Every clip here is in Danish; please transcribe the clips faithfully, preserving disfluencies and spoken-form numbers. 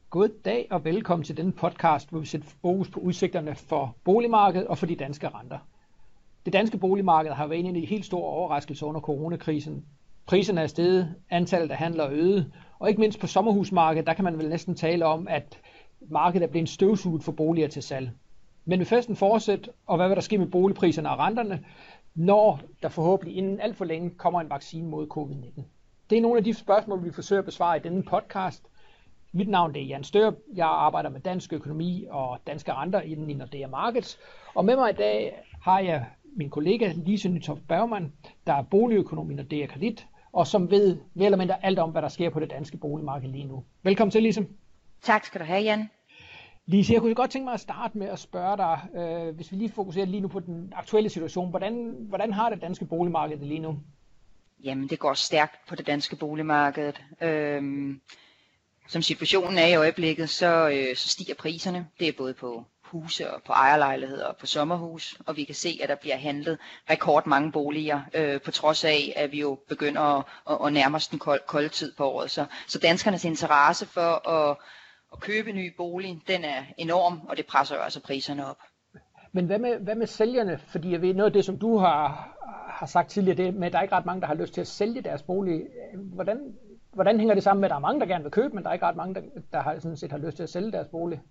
God dag og velkommen til denne podcast, hvor vi sætter fokus på udsigterne for boligmarkedet og for de danske renter. Det danske boligmarked har været inde i en helt stor overraskelse under coronakrisen. Priserne er steget, antallet af handler er øget, og ikke mindst på sommerhusmarkedet, der kan man vel næsten tale om, at markedet er blevet støvsuget for boliger til salg. Men vil festen fortsætte, og hvad vil der ske med boligpriserne og renterne, når der forhåbentlig inden alt for længe kommer en vaccine mod covid nitten? Det er nogle af de spørgsmål, vi forsøger at besvare i denne podcast. Mit navn er Jan Størup. Jeg arbejder med dansk økonomi og danske renter inden i Nordea Markets. Og med mig i dag har jeg min kollega Lise Nytoft Bergmann, der er boligøkonom i Nordea Kredit, og som ved mere eller mindre alt om, hvad der sker på det danske boligmarked lige nu. Velkommen til, Lise. Tak skal du have, Jan. Lise, jeg kunne godt tænke mig at starte med at spørge dig, øh, hvis vi lige fokuserer lige nu på den aktuelle situation, hvordan, hvordan har det danske boligmarked det lige nu? Jamen, det går stærkt på det danske boligmarked. Øhm, som situationen er i øjeblikket, så, øh, så stiger priserne. Det er både på huse og på ejerlejligheder og på sommerhus, og vi kan se, at der bliver handlet rekordmange boliger, øh, på trods af, at vi jo begynder at, at, at nærme os den kold, kolde tid på året. Så, så danskernes interesse for at, at købe en ny bolig, den er enorm, og det presser jo altså priserne op. Men hvad med, hvad med sælgerne? Fordi jeg ved, noget af det, som du har, har sagt tidligere, det med, at der er ikke ret mange, der har lyst til at sælge deres bolig. Hvordan, hvordan hænger det sammen med, at der er mange, der gerne vil købe, men der er ikke ret mange, der, der har, sådan set har lyst til at sælge deres bolig?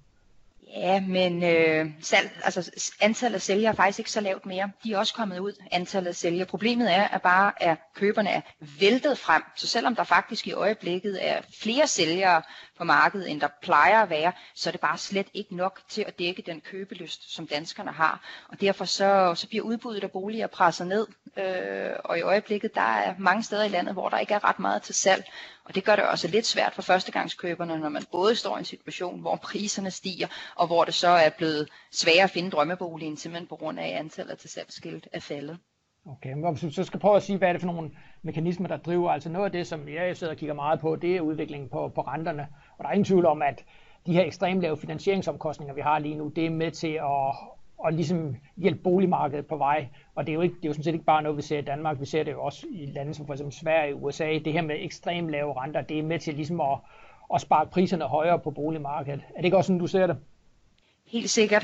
Ja, men øh, salg, altså, antallet af sælgere er faktisk ikke så lavt mere. De er også kommet ud, antallet af sælgere. Problemet er, at bare at køberne er væltet frem. Så selvom der faktisk i øjeblikket er flere sælgere på markedet, end der plejer at være, så er det bare slet ikke nok til at dække den købelyst, som danskerne har. Og derfor så, så bliver udbuddet af boliger presset ned. Øh, og i øjeblikket, der er mange steder i landet, hvor der ikke er ret meget til salg. Og det gør det også lidt svært for førstegangskøberne, når man både står i en situation, hvor priserne stiger, og hvor det så er blevet sværere at finde drømmeboligen, simpelthen på grund af, at antallet til salgsskilt er faldet. Okay, men hvis du så skal prøve at sige, hvad er det for nogle mekanismer, der driver? Altså noget af det, som jeg sidder og kigger meget på, det er udviklingen på, på renterne. Og der er ingen tvivl om, at de her ekstremt lave finansieringsomkostninger, vi har lige nu, det er med til at og ligesom hjælpe boligmarkedet på vej. Og det er jo ikke, det er jo sådan set ikke bare noget, vi ser i Danmark. Vi ser det jo også i lande som for eksempel Sverige og U S A. Det her med ekstremt lave renter, det er med til ligesom at, at sparke priserne højere på boligmarkedet. Er det ikke også sådan, du ser det? Helt sikkert.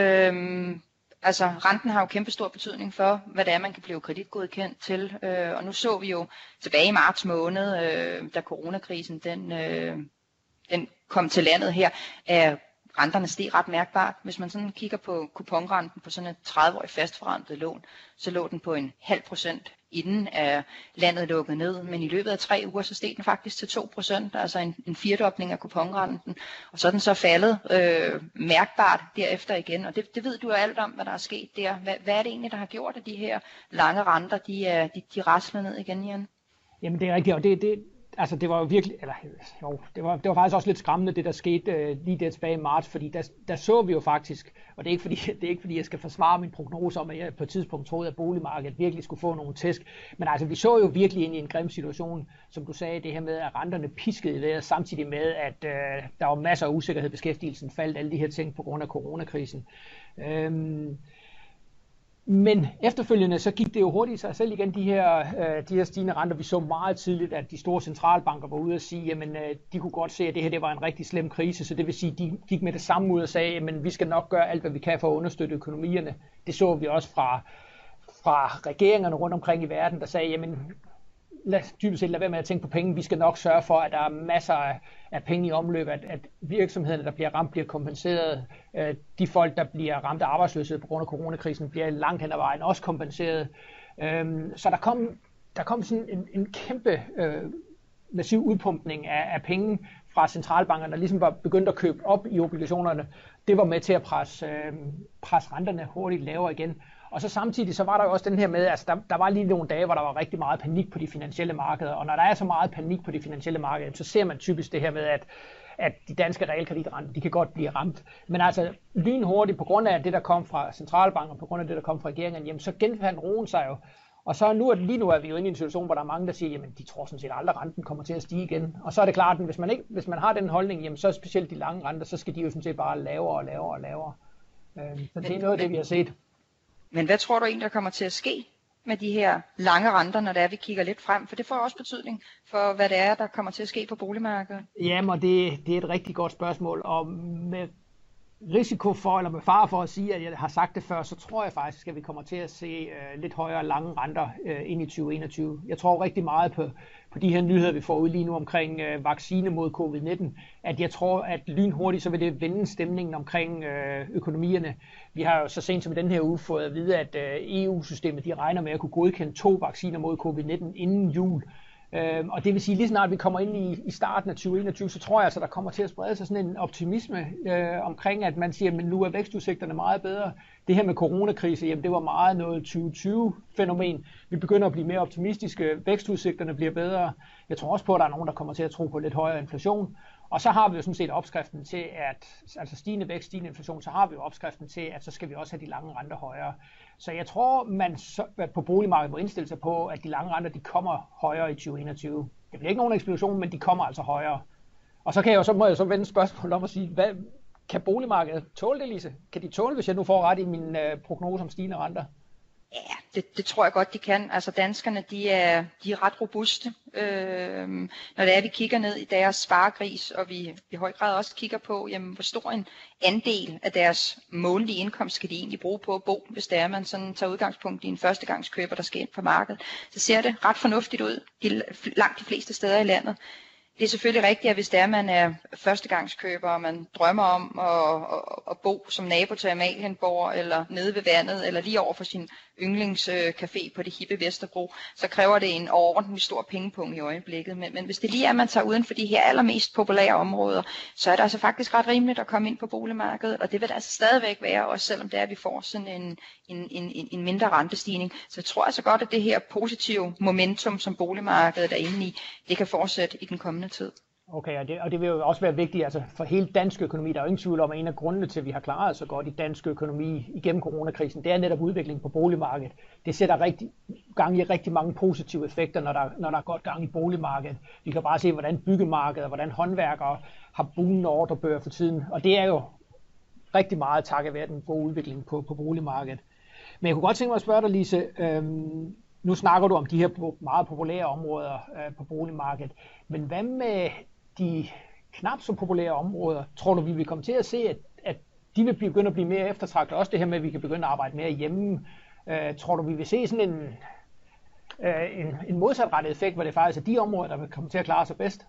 Øhm, altså renten har jo kæmpe stor betydning for, hvad det er, man kan blive kreditgodkendt til. Øh, og nu så vi jo tilbage i marts måned, øh, da coronakrisen den, øh, den kom til landet her, at renterne steg ret mærkbart. Hvis man sådan kigger på kuponrenten på sådan et tredive-årig fastforrentet lån, så lå den på en halv procent, inden at landet lukkede ned. Men i løbet af tre uger, så steg den faktisk til to procent, altså en, en firedobling af kuponrenten. Og så er den så faldet øh, mærkbart derefter igen. Og det, det ved du jo alt om, hvad der er sket der. Hvad, hvad er det egentlig, der har gjort, at de her lange renter, de, er, de, de rasler ned igen, Jan? Jamen det er rigtigt, og det, det Altså det var jo virkelig, eller jo, det var, det var faktisk også lidt skræmmende, det der skete øh, lige der tilbage i marts, fordi der, der så vi jo faktisk, og det er ikke fordi, det er ikke fordi jeg skal forsvare min prognose om, at jeg på et tidspunkt troede, at boligmarkedet virkelig skulle få nogle tæsk, men altså vi så jo virkelig ind i en grim situation, som du sagde, det her med, at renterne piskede i vejret, samtidig med, at øh, der var masser af usikkerhed, beskæftigelsen faldt, alle de her ting på grund af coronakrisen. Øhm, Men efterfølgende så gik det jo hurtigt sig selv igen, de her, øh, de her stigende renter. Vi så meget tidligt, at de store centralbanker var ude og sige, jamen øh, de kunne godt se, at det her det var en rigtig slem krise. Så det vil sige, at de gik med det samme ud og sagde, jamen vi skal nok gøre alt, hvad vi kan for at understøtte økonomierne. Det så vi også fra, fra regeringerne rundt omkring i verden, der sagde, jamen lad, dybest set lad være med at tænke på penge. Vi skal nok sørge for, at der er masser af, af penge i omløb, at, at virksomhederne, der bliver ramt, bliver kompenseret. Øh, de folk, der bliver ramt af arbejdsløshed på grund af coronakrisen, bliver langt hen ad vejen også kompenseret. Øh, så der kom, der kom sådan en, en kæmpe øh, massiv udpumpning af, af penge fra centralbankerne, der ligesom var begyndt at købe op i obligationerne. Det var med til at presse, øh, presse renterne hurtigt lavere igen. Og så samtidig så var der jo også den her med, altså der, der var lige nogle dage, hvor der var rigtig meget panik på de finansielle markeder, og når der er så meget panik på de finansielle markeder, så ser man typisk det her med, at, at de danske realkreditrenter, de kan godt blive ramt. Men altså lynhurtigt på grund af det, der kom fra centralbanken, på grund af det, der kom fra regeringen, jamen så genfandt roen sig jo. Og så nu, lige nu er vi jo inde i en situation, hvor der er mange, der siger, jamen de tror sådan set aldrig, at renten kommer til at stige igen. Og så er det klart, at hvis man, ikke, hvis man har den holdning, jamen så specielt de lange renter, så skal de jo sådan set bare lavere og lavere og lavere. Så det er noget af det, vi har set. Men hvad tror du egentlig, der kommer til at ske? med de her lange renter, når det er, vi kigger lidt frem? For det får også betydning for, hvad det er, der kommer til at ske på boligmarkedet. Jamen, det, det er et rigtig godt spørgsmål, og med risiko for, eller med fare for at sige, at jeg har sagt det før, så tror jeg faktisk, at vi kommer til at se uh, lidt højere lange renter uh, ind i tyve enogtyve. Jeg tror rigtig meget på, på de her nyheder, vi får ud lige nu omkring uh, vaccine mod covid nitten, at jeg tror, at lynhurtigt så vil det vende stemningen omkring uh, økonomierne. Vi har jo så sent som i den her uge fået at vide, at uh, E U-systemet de regner med at kunne godkende to vacciner mod covid nitten inden jul. Øh, og det vil sige, lige snart vi kommer ind i, i starten af tyve enogtyve, så tror jeg altså, der kommer til at sprede sig sådan en optimisme øh, omkring, at man siger, at nu er vækstudsigterne meget bedre. Det her med coronakrise, jamen det var meget noget tyve tyve-fænomen. Vi begynder at blive mere optimistiske, vækstudsigterne bliver bedre. Jeg tror også på, at der er nogen, der kommer til at tro på lidt højere inflation. Og så har vi jo sådan set opskriften til, at altså stigende vækst, stigende inflation, så har vi jo opskriften til, at så skal vi også have de lange renter højere. Så jeg tror, man så, på boligmarkedet må indstille sig på, at de lange renter, de kommer højere i tyve enogtyve. Det bliver ikke nogen eksplosion, men de kommer altså højere. Og så kan jeg jo så, må jeg så vende spørgsmål om at sige, hvad, kan boligmarkedet tåle det, Lise? Kan de tåle, hvis jeg nu får ret i min øh, prognose om stigende renter? Ja, det, det tror jeg godt, de kan. Altså danskerne, de er, de er ret robuste. Øhm, når det er, vi kigger ned i deres sparegris, og vi i høj grad også kigger på, jamen, hvor stor en andel af deres månedlige indkomst skal de egentlig bruge på at bo, hvis det er, man sådan tager udgangspunkt i en førstegangskøber, der skal ind på markedet. Så ser det ret fornuftigt ud de, langt de fleste steder i landet. Det er selvfølgelig rigtigt, at hvis det er, man er førstegangskøber, og man drømmer om at, at, at bo som nabo til Amalienborg, eller nede ved vandet, eller lige over for sin yndlingscafé på det hippe Vesterbro, så kræver det en overordentlig stor pengepunkt i øjeblikket. Men, men hvis det lige er, at man tager uden for de her allermest populære områder, så er det altså faktisk ret rimeligt at komme ind på boligmarkedet, og det vil det altså stadigvæk være, også selvom det er, at vi får sådan en, en, en, en mindre rentestigning. Så jeg tror altså godt, at det her positive momentum, som boligmarkedet er inde i, det kan fortsætte i den kommende tid. Okay, og det, og det vil jo også være vigtigt altså for hele dansk økonomi. Der er jo ingen tvivl om, at en af grundene til, at vi har klaret så godt i dansk økonomi igennem coronakrisen, det er netop udviklingen på boligmarkedet. Det sætter rigtig gang i rigtig mange positive effekter, når der, når der er godt gang i boligmarkedet. Vi kan bare se, hvordan byggemarkedet og hvordan håndværkere har bugnende ordrebøger for tiden. Og det er jo rigtig meget takket være den gode udvikling på, på boligmarkedet. Men jeg kunne godt tænke mig at spørge dig, Lise, øhm, nu snakker du om de her meget populære områder øh, på boligmarkedet, men hvad med de knap så populære områder? Tror du, vi vil komme til at se, at, at de vil begynde at blive mere eftertragtet? Også det her med, at vi kan begynde at arbejde mere hjemme. Øh, tror du, vi vil se sådan en, øh, en, en modsatrettet effekt, hvor det faktisk er de områder, der vil komme til at klare sig bedst?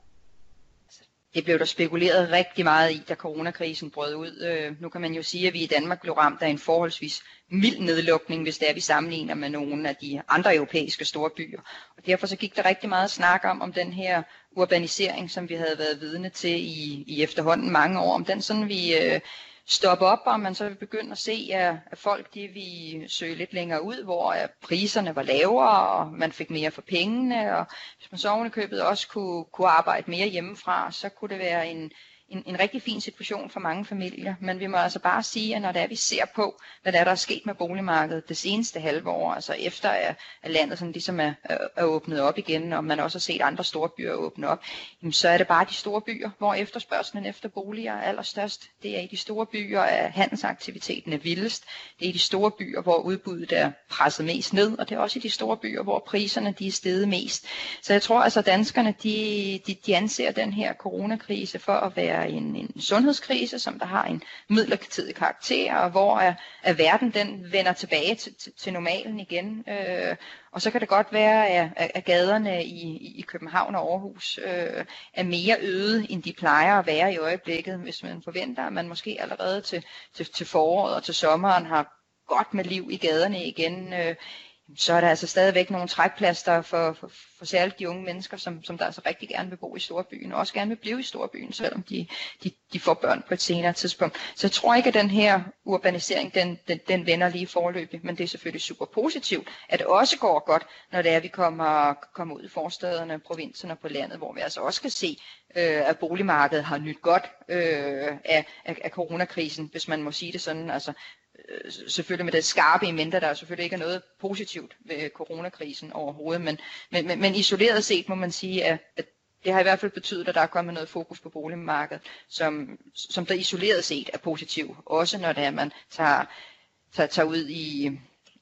Det blev der spekuleret rigtig meget i, da coronakrisen brød ud. Øh, nu kan man jo sige, at vi i Danmark blev ramt af en forholdsvis mild nedlukning, hvis det er, vi sammenligner med nogle af de andre europæiske store byer. Og derfor så gik der rigtig meget snak om, om den her urbanisering, som vi havde været vidne til i, i efterhånden mange år, om den sådan vi øh, stoppe op, og man så vil begynde at se, at, at folk de vil søge lidt længere ud, hvor priserne var lavere, og man fik mere for pengene, og hvis man så ovenikøbet også kunne, kunne arbejde mere hjemmefra, så kunne det være en, en, en rigtig fin situation for mange familier. Men vi må altså bare sige, at når det er, vi ser på, hvad der er, der er sket med boligmarkedet det seneste halve år, altså efter at, at landet sådan ligesom er, er åbnet op igen, og man også har set andre store byer åbne op, jamen, så er det bare de store byer, hvor efterspørgselen efter boliger er allerstørst. Det er i de store byer, at handelsaktiviteten er vildest. Det er i de store byer, hvor udbuddet er presset mest ned, og det er også i de store byer, hvor priserne de er steget mest. Så jeg tror altså, at danskerne de, de, de anser den her coronakrise for at være En, en sundhedskrise, som der har en midlertidig karakter, og hvor er, er verden den vender tilbage til, til, til normalen igen. Øh, og så kan det godt være, at, at gaderne i, i København og Aarhus øh, er mere øde, end de plejer at være i øjeblikket, hvis man forventer, at man måske allerede til, til, til foråret og til sommeren har godt med liv i gaderne igen. Øh, så er der altså stadigvæk nogle trækplaster for, for, for særligt de unge mennesker, som, som der altså rigtig gerne vil bo i storbyen, og også gerne vil blive i storbyen, selvom de, de, de får børn på et senere tidspunkt. Så jeg tror ikke, at den her urbanisering, den, den, den vender lige forløbig, men det er selvfølgelig super positivt, at det også går godt, når det er, at vi kommer, kommer ud i forstederne, provinserne på landet, hvor vi altså også kan se, øh, at boligmarkedet har nyt godt øh, af, af, af coronakrisen, hvis man må sige det sådan, altså selvfølgelig med det skarpe i mente, der er selvfølgelig ikke noget positivt ved coronakrisen overhovedet, men, men, men, men isoleret set må man sige, at, at det har i hvert fald betydet, at der er kommet noget fokus på boligmarkedet, som, som der isoleret set er positiv, også når det er, man tager, tager, tager ud i, i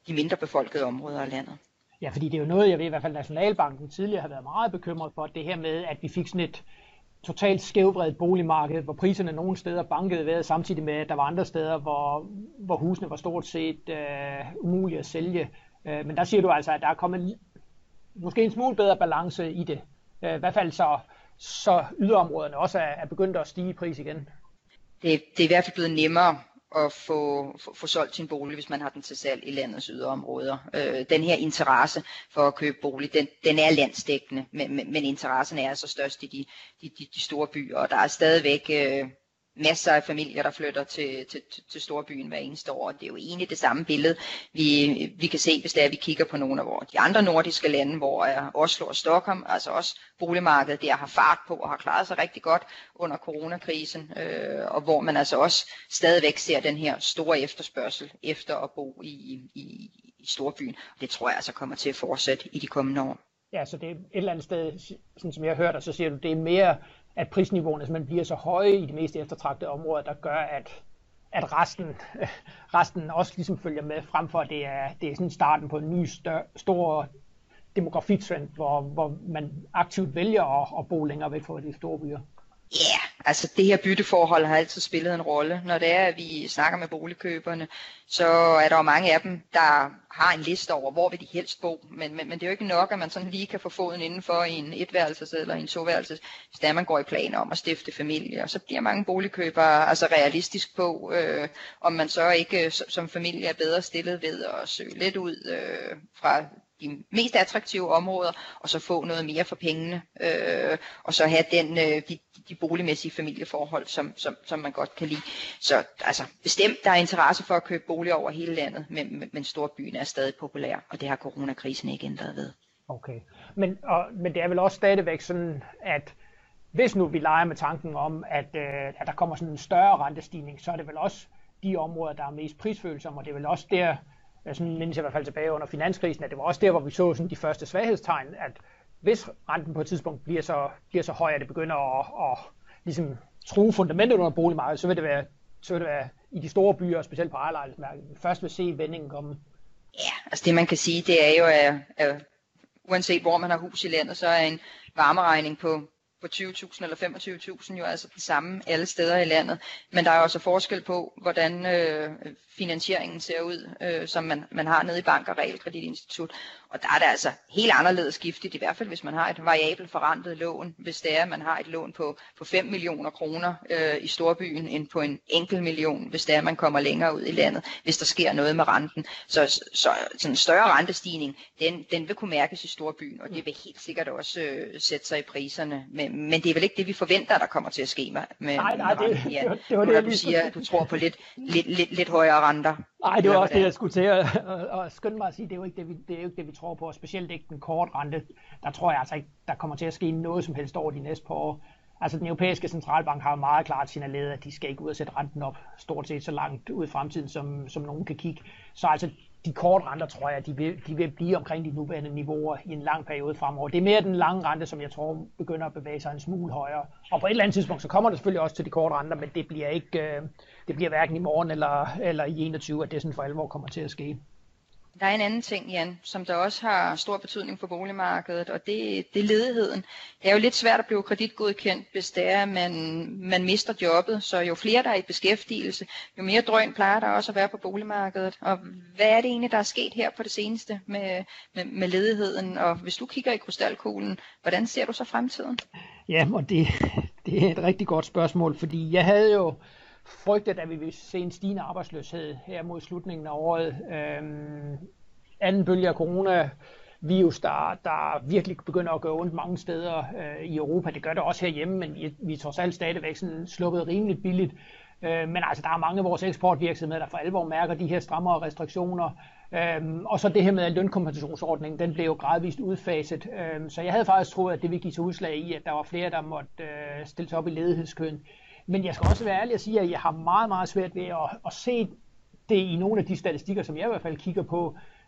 de mindre befolkede områder af landet. Ja, fordi det er jo noget, jeg ved i hvert fald Nationalbanken tidligere har været meget bekymret for, det her med, at vi fik sådan et totalt skævvredet boligmarked, hvor priserne nogle steder bankede ved, samtidig med, at der var andre steder, hvor, hvor husene var stort set øh, umulige at sælge. Øh, men der siger du altså, at der er kommet måske en smule bedre balance i det. Øh, I hvert fald så, så yderområderne også er, er begyndt at stige i pris igen. Det, det er i hvert fald blevet nemmere at få, få, få solgt sin bolig, hvis man har den til salg i landets yderområder. Øh, den her interesse for at købe bolig, den, den er landsdækkende, men, men, men interessen er altså størst i de, de, de, de store byer, og der er stadigvæk øh, masser af familier, der flytter til, til, til storbyen hver eneste år. Det er jo egentlig det samme billede, vi, vi kan se, hvis det er, vi kigger på nogle af de andre nordiske lande, hvor er Oslo og Stockholm, altså også boligmarkedet der har fart på og har klaret sig rigtig godt under coronakrisen, øh, og hvor man altså også stadigvæk ser den her store efterspørgsel efter at bo i, i, i storbyen. Og det tror jeg altså kommer til at fortsætte i de kommende år. Ja, så det er et eller andet sted, sådan som jeg har hørt, og så siger du, det er mere, at prisniveauerne simpelthen bliver så høje i de mest eftertragtede områder, der gør, at, at resten, resten også ligesom følger med, frem for at det er, det er sådan starten på en ny stør, stor demografitrend, hvor, hvor man aktivt vælger at, at bo længere væk fra de store byer. Ja, yeah, altså det her bytteforhold har altid spillet en rolle. Når det er, at vi snakker med boligkøberne, så er der jo mange af dem, der har en liste over, hvor vil de helst bo. Men, men, men det er jo ikke nok, at man sådan lige kan få foden indenfor i en etværelses eller en toværelses, hvis der man går i planer om at stifte familie. Og så bliver mange boligkøbere altså realistisk på, øh, om man så ikke som familie er bedre stillet ved at søge lidt ud øh, fra de mest attraktive områder, og så få noget mere for pengene, øh, og så have den, øh, de, de boligmæssige familieforhold, som, som, som man godt kan lide. Så altså, bestemt, der er interesse for at købe boliger over hele landet, men, men storbyen er stadig populær, og det har coronakrisen ikke ændret ved. Okay, men, og, men det er vel også stadigvæk sådan, at hvis nu vi leger med tanken om, at, øh, at der kommer sådan en større rentestigning, så er det vel også de områder, der er mest prisfølsomme, og det er vel også der, sådan mindes jeg i hvert fald tilbage under finanskrisen, at det var også der, hvor vi så sådan de første svaghedstegn, at hvis renten på et tidspunkt bliver så, bliver så høj, at det begynder at, at ligesom true fundamentet under boligmarkedet, så vil det være, så vil det være i de store byer, specielt på ejerlejlighedsmarkedet, først vil se vendingen komme. Ja, altså det man kan sige, det er jo, at, at uanset hvor man har hus i landet, så er en varmeregning på på tyve tusind eller femogtyve tusind jo altså det samme alle steder i landet. Men der er også forskel på, hvordan øh, finansieringen ser ud, øh, som man, man har nede i bank- og realkreditinstitut. Og der er det altså helt anderledes giftigt, i hvert fald hvis man har et variabelt forrentet lån, hvis det er, at man har et lån på, på fem millioner kroner øh, i storbyen, end på en enkelt million, hvis det er, at man kommer længere ud i landet, hvis der sker noget med renten. Så, så sådan en større rentestigning, den, den vil kunne mærkes i storbyen, og det vil helt sikkert også øh, sætte sig i priserne. Men, men det er vel ikke det, vi forventer, der kommer til at ske med, med nej, nej, med det, renten. Ja, det, var, det var nu, det, du siger, at du tror på lidt, lidt, lidt, lidt højere renter. Nej, det var også det, jeg skulle til at, at, at skynde mig at sige. Det er jo ikke det, vi, det er jo ikke det, vi tror på, og specielt ikke den korte rente. Der tror jeg altså ikke, der kommer til at ske noget som helst over de næste par år. Altså den europæiske centralbank har meget klart signaleret, at de skal ikke ud og sætte renten op stort set så langt ud i fremtiden, som, som nogen kan kigge. Så altså de korte renter, tror jeg, de vil, de vil blive omkring de nuværende niveauer i en lang periode fremover. Det er mere den lange rente, som jeg tror begynder at bevæge sig en smule højere. Og på et eller andet tidspunkt, så kommer det selvfølgelig også til de korte renter, men det bliver ikke, øh, det bliver hverken i morgen eller, eller i enogtyve, at det sådan for alvor kommer til at ske. Der er en anden ting, Jan, som der også har stor betydning for boligmarkedet, og det, det er ledigheden. Det er jo lidt svært at blive kreditgodkendt, hvis det er, at man, man mister jobbet. Så jo flere der er i beskæftigelse, jo mere drøn plejer der også at være på boligmarkedet. Og hvad er det egentlig, der er sket her på det seneste med, med, med ledigheden? Og hvis du kigger i krystalkuglen, hvordan ser du så fremtiden? Ja, og det, det er et rigtig godt spørgsmål, fordi jeg havde jo frygtet, at vi vil se en stigende arbejdsløshed her mod slutningen af året. Øhm, anden bølge af coronavirus, der, der virkelig begynder at gøre ondt mange steder øh, i Europa. Det gør det også herhjemme, men vi, vi er trods alt stadigvæk sådan sluppet rimeligt billigt. Øh, men altså, der er mange af vores eksportvirksomheder, der for alvor mærker de her strammere restriktioner. Øhm, og så det her med, at lønkompensationsordningen, den blev jo gradvist udfaset. Øhm, så jeg havde faktisk troet, at det ville give sig udslag i, at der var flere, der måtte øh, stille sig op i ledighedskøen. Men jeg skal også være ærlig og sige, at jeg har meget, meget svært ved at, at se det i nogle af de statistikker, som jeg i hvert fald kigger på.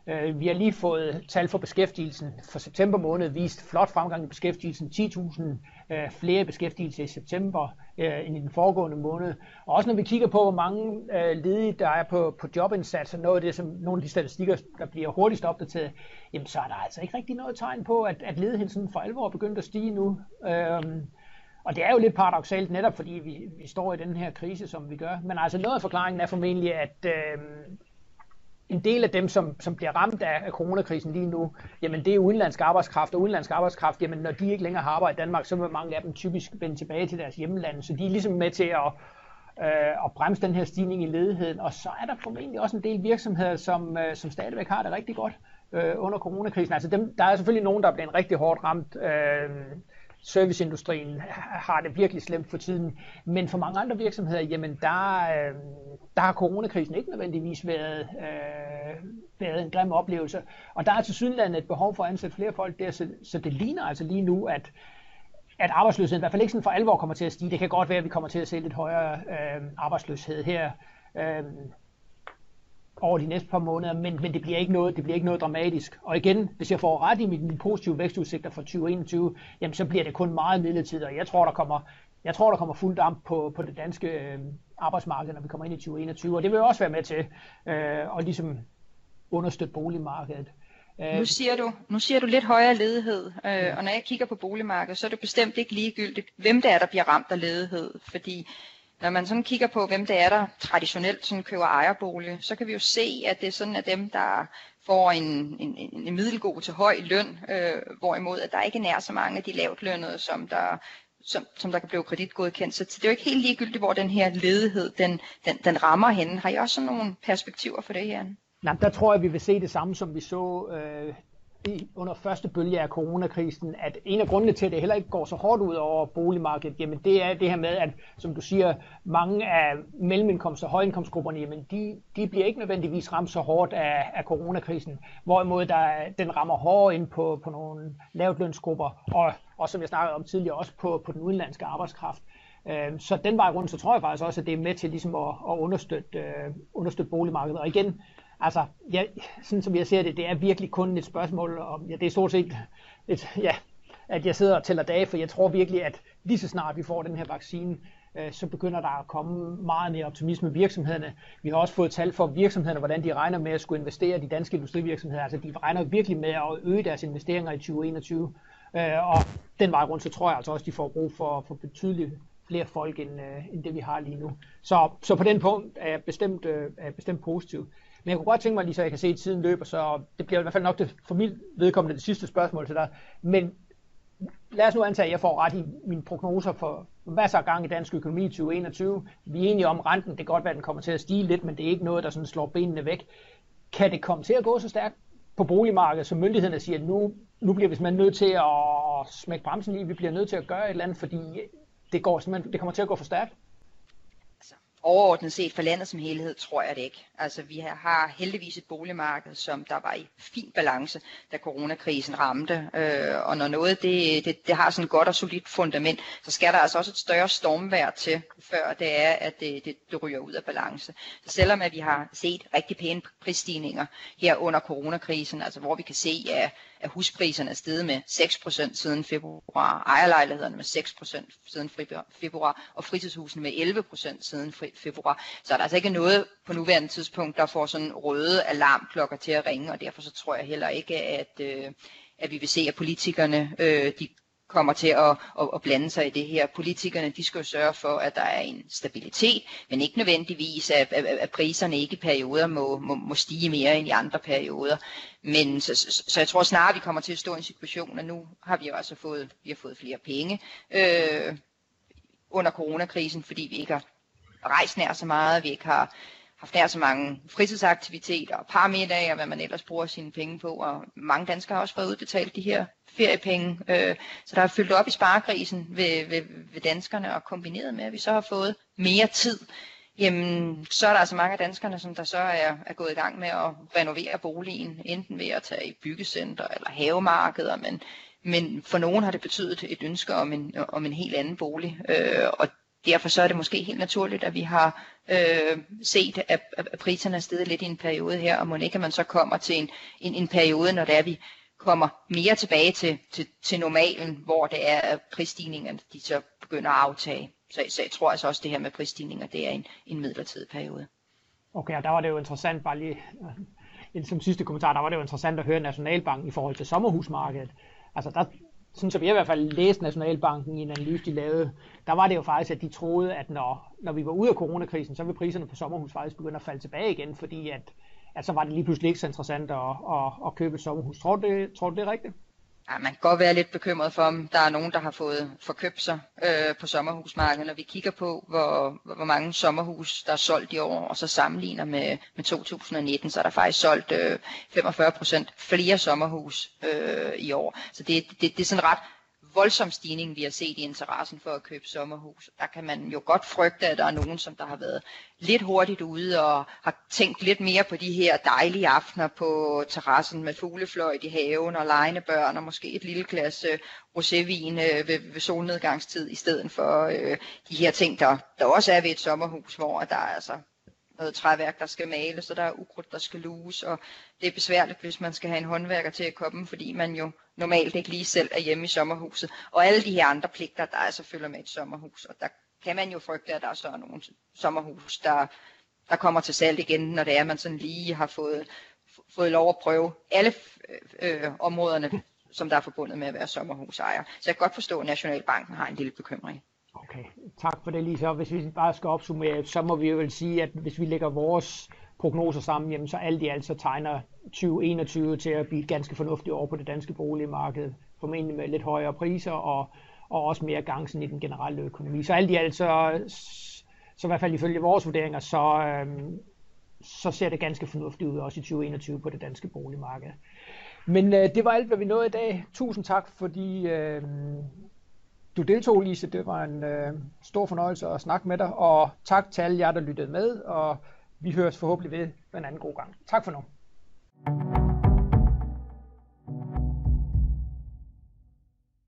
Vi har lige fået tal for beskæftigelsen for september måned, vist flot fremgang i beskæftigelsen, ti tusind flere beskæftigelse i september end i den foregående måned. Og også når vi kigger på, hvor mange ledige der er på, på jobindsats, og noget af det, som nogle af de statistikker, der bliver hurtigst opdateret, jamen så er der altså ikke rigtig noget tegn på, at, at ledigheden sådan for alvor er begyndt at stige nu. Øhm, og det er jo lidt paradoksalt netop, fordi vi, vi står i den her krise, som vi gør. Men altså noget af forklaringen er formentlig, at øhm, en del af dem, som, som bliver ramt af, af coronakrisen lige nu, jamen det er udenlandsk arbejdskraft, og udenlandsk arbejdskraft, jamen når de ikke længere har arbejdet i Danmark, så vil mange af dem typisk vende tilbage til deres hjemland, så de er ligesom med til at, øh, at bremse den her stigning i ledigheden, og så er der formentlig også en del virksomheder, som, øh, som stadigvæk har det rigtig godt øh, under coronakrisen. Altså dem, der er selvfølgelig nogen, der er blevet rigtig hårdt ramt. Øh, Serviceindustrien har det virkelig slemt for tiden, men for mange andre virksomheder, jamen der, øh, der har coronakrisen ikke nødvendigvis været, øh, været en grim oplevelse. Og der er tilsyneladende et behov for at ansætte flere folk der, så, så det ligner altså lige nu, at, at arbejdsløsheden i hvert fald ikke sådan for alvor kommer til at stige. Det kan godt være, at vi kommer til at se lidt højere øh, arbejdsløshed her øh, over de næste par måneder, men, men det bliver ikke noget, det bliver ikke noget dramatisk. Og igen, hvis jeg får ret i mine positive vækstudsigter for tyve enogtyve, jamen så bliver det kun meget midlertidigt, og jeg tror, der kommer, jeg tror, der kommer fuld damp på, på det danske øh, arbejdsmarked, når vi kommer ind i tyve enogtyve, og det vil også være med til øh, at ligesom understøtte boligmarkedet. Nu siger du, nu siger du lidt højere ledighed, øh, og når jeg kigger på boligmarkedet, så er det bestemt ikke ligegyldigt, hvem det er, der bliver ramt af ledighed, fordi når man sådan kigger på, hvem det er, der traditionelt sådan køber ejerbolig, så kan vi jo se, at det er sådan, at dem, der får en, en, en middelgod til høj løn, øh, hvorimod at der ikke er nær så mange af de lavt lønnede, som der, som, som der kan blive kreditgodkendt. Så det er jo ikke helt ligegyldigt, hvor den her ledighed, den, den, den rammer henne. Har I også sådan nogle perspektiver for det her? Nej, der tror jeg, vi vil se det samme, som vi så øh, under første bølge af coronakrisen, at en af grundene til, at det heller ikke går så hårdt ud over boligmarkedet, jamen det er det her med, at som du siger, mange af mellemindkomst- og højindkomstgrupperne, jamen de, de bliver ikke nødvendigvis ramt så hårdt af, af coronakrisen, hvorimod der, den rammer hårdere ind på, på nogle lavtlønsgrupper, og, og som jeg snakkede om tidligere, også på, på den udenlandske arbejdskraft. Så den vej rundt, så tror jeg faktisk også, at det er med til ligesom at, at understøtte, uh, understøtte boligmarkedet. Og igen, altså, ja, sådan som jeg ser det, det er virkelig kun et spørgsmål om, ja, det er stort set, et, ja, at jeg sidder og tæller dage, for jeg tror virkelig, at lige så snart vi får den her vaccine, uh, så begynder der at komme meget mere optimisme i virksomhederne. Vi har også fået tal for virksomhederne, hvordan de regner med at skulle investere, de danske industrivirksomheder. Altså, de regner virkelig med at øge deres investeringer i tyve enogtyve. Uh, og den vej rundt, så tror jeg altså også, at de får brug for, for betydeligt flere folk, end, øh, end det vi har lige nu. Så, så på den punkt er jeg bestemt, øh, er jeg bestemt positiv. Men jeg kunne godt tænke mig lige, så jeg kan se, at tiden løber, så det bliver i hvert fald nok det, for mit vedkommende det sidste spørgsmål til dig. Men lad os nu antage, at jeg får ret i mine prognoser for masser af gang i dansk økonomi i tyve enogtyve. Vi er enige om renten, det kan godt være, at den kommer til at stige lidt, men det er ikke noget, der sådan slår benene væk. Kan det komme til at gå så stærkt på boligmarkedet, så myndighederne siger, at nu, nu bliver vi simpelthen nødt til at smække bremsen i, vi bliver nødt til at gøre et eller andet, fordi Det, går det kommer til at gå for stærkt? Altså, overordnet set for landet som helhed, tror jeg det ikke. Altså, vi har heldigvis et boligmarked, som der var i fin balance, da coronakrisen ramte. Øh, og når noget det, det, det har sådan et godt og solidt fundament, så skal der altså også et større stormvejr til, før det er, at det, det, det ryger ud af balance. Så selvom at vi har set rigtig pæne prisstigninger her under coronakrisen, altså hvor vi kan se, at at huspriserne er steget med seks procent siden februar, ejerlejlighederne med seks procent siden februar, og fritidshusene med elleve procent siden februar. Så er der altså ikke noget på nuværende tidspunkt, der får sådan røde alarmklokker til at ringe, og derfor så tror jeg heller ikke, at, øh, at vi vil se, at politikerne øh, de kommer til at, at, at blande sig i det her. Politikerne, de skal jo sørge for, at der er en stabilitet, men ikke nødvendigvis, at, at, at priserne ikke i perioder må, må, må stige mere end i andre perioder. Men så, så, så jeg tror snarere, vi kommer til at stå i en situation, og nu har vi jo altså fået, vi har fået flere penge øh, under coronakrisen, fordi vi ikke har rejst nær så meget, vi ikke har haft nær så mange fritidsaktiviteter og parmiddage og hvad man ellers bruger sine penge på, og mange danskere har også fået udbetalt de her feriepenge, øh, så der er fyldt op i sparekrisen ved, ved, ved danskerne, og kombineret med, at vi så har fået mere tid, jamen så er der altså mange af danskerne, som der så er, er gået i gang med at renovere boligen, enten ved at tage i byggecenter eller havemarkeder, men, men for nogen har det betydet et ønske om en, om en helt anden bolig, øh, og derfor så er det måske helt naturligt, at vi har øh, set, at, at priserne er steget lidt i en periode her, og må ikke, at man så kommer til en, en, en periode, når det er, vi kommer mere tilbage til, til, til normalen, hvor det er, at prisstigningerne de så begynder at aftage. Så, så jeg tror altså også, at det her med prisstigninger, det er en, en midlertidig periode. Okay, og der var det jo interessant, bare lige som sidste kommentar, der var det jo interessant at høre Nationalbanken i forhold til sommerhusmarkedet. Altså der, sådan som jeg i hvert fald læste Nationalbanken i en analyse, de lavede, der var det jo faktisk, at de troede, at når, når vi var ude af coronakrisen, så ville priserne på sommerhus faktisk begynde at falde tilbage igen, fordi at, at så var det lige pludselig ikke så interessant at, at, at købe et sommerhus. Tror du det, tror du det er rigtigt? Ja, man kan godt være lidt bekymret for, om der er nogen, der har fået forkøbt sig øh, på sommerhusmarkedet. Når vi kigger på, hvor, hvor mange sommerhus, der er solgt i år, og så sammenligner med, med to tusind nitten, så er der faktisk solgt øh, femogfyrre procent flere sommerhus øh, i år. Så det, det, det er sådan ret voldsom stigning, vi har set i interessen for at købe sommerhus. Der kan man jo godt frygte, at der er nogen, som der har været lidt hurtigt ude og har tænkt lidt mere på de her dejlige aftener på terrassen med fuglefløjt i haven og legende børn og måske et lille glas øh, rosévin øh, ved, ved solnedgangstid i stedet for øh, de her ting, der, der også er ved et sommerhus, hvor der er altså noget træværk, der skal males, og der er ukrudt, der skal luges, og det er besværligt, hvis man skal have en håndværker til at komme, fordi man jo normalt ikke lige selv er hjemme i sommerhuset. Og alle de her andre pligter, der altså følger med et sommerhus, og der kan man jo frygte, at der er så nogle sommerhus, der, der kommer til salg igen, når det er, at man sådan lige har fået, fået lov at prøve alle øh, områderne, som der er forbundet med at være sommerhusejer. Så jeg kan godt forstå, at Nationalbanken har en lille bekymring. Okay, tak for det, Lisa. Hvis vi bare skal opsummere, så må vi jo vel sige, at hvis vi lægger vores prognoser sammen, jamen, så alt i alt så tegner tyve enogtyve til at blive et ganske fornuftigt år på det danske boligmarked, formentlig med lidt højere priser og, og også mere gang i den generelle økonomi. Så alt i alt, så, så i hvert fald ifølge vores vurderinger, så, øhm, så ser det ganske fornuftigt ud også i tyve enogtyve på det danske boligmarked. Men øh, det var alt, hvad vi nåede i dag. Tusind tak, fordi øh, du deltog, Lise. Det var en øh, stor fornøjelse at snakke med dig, og tak til alle jer, der lyttede med, og vi høres forhåbentlig ved en anden god gang. Tak for nu.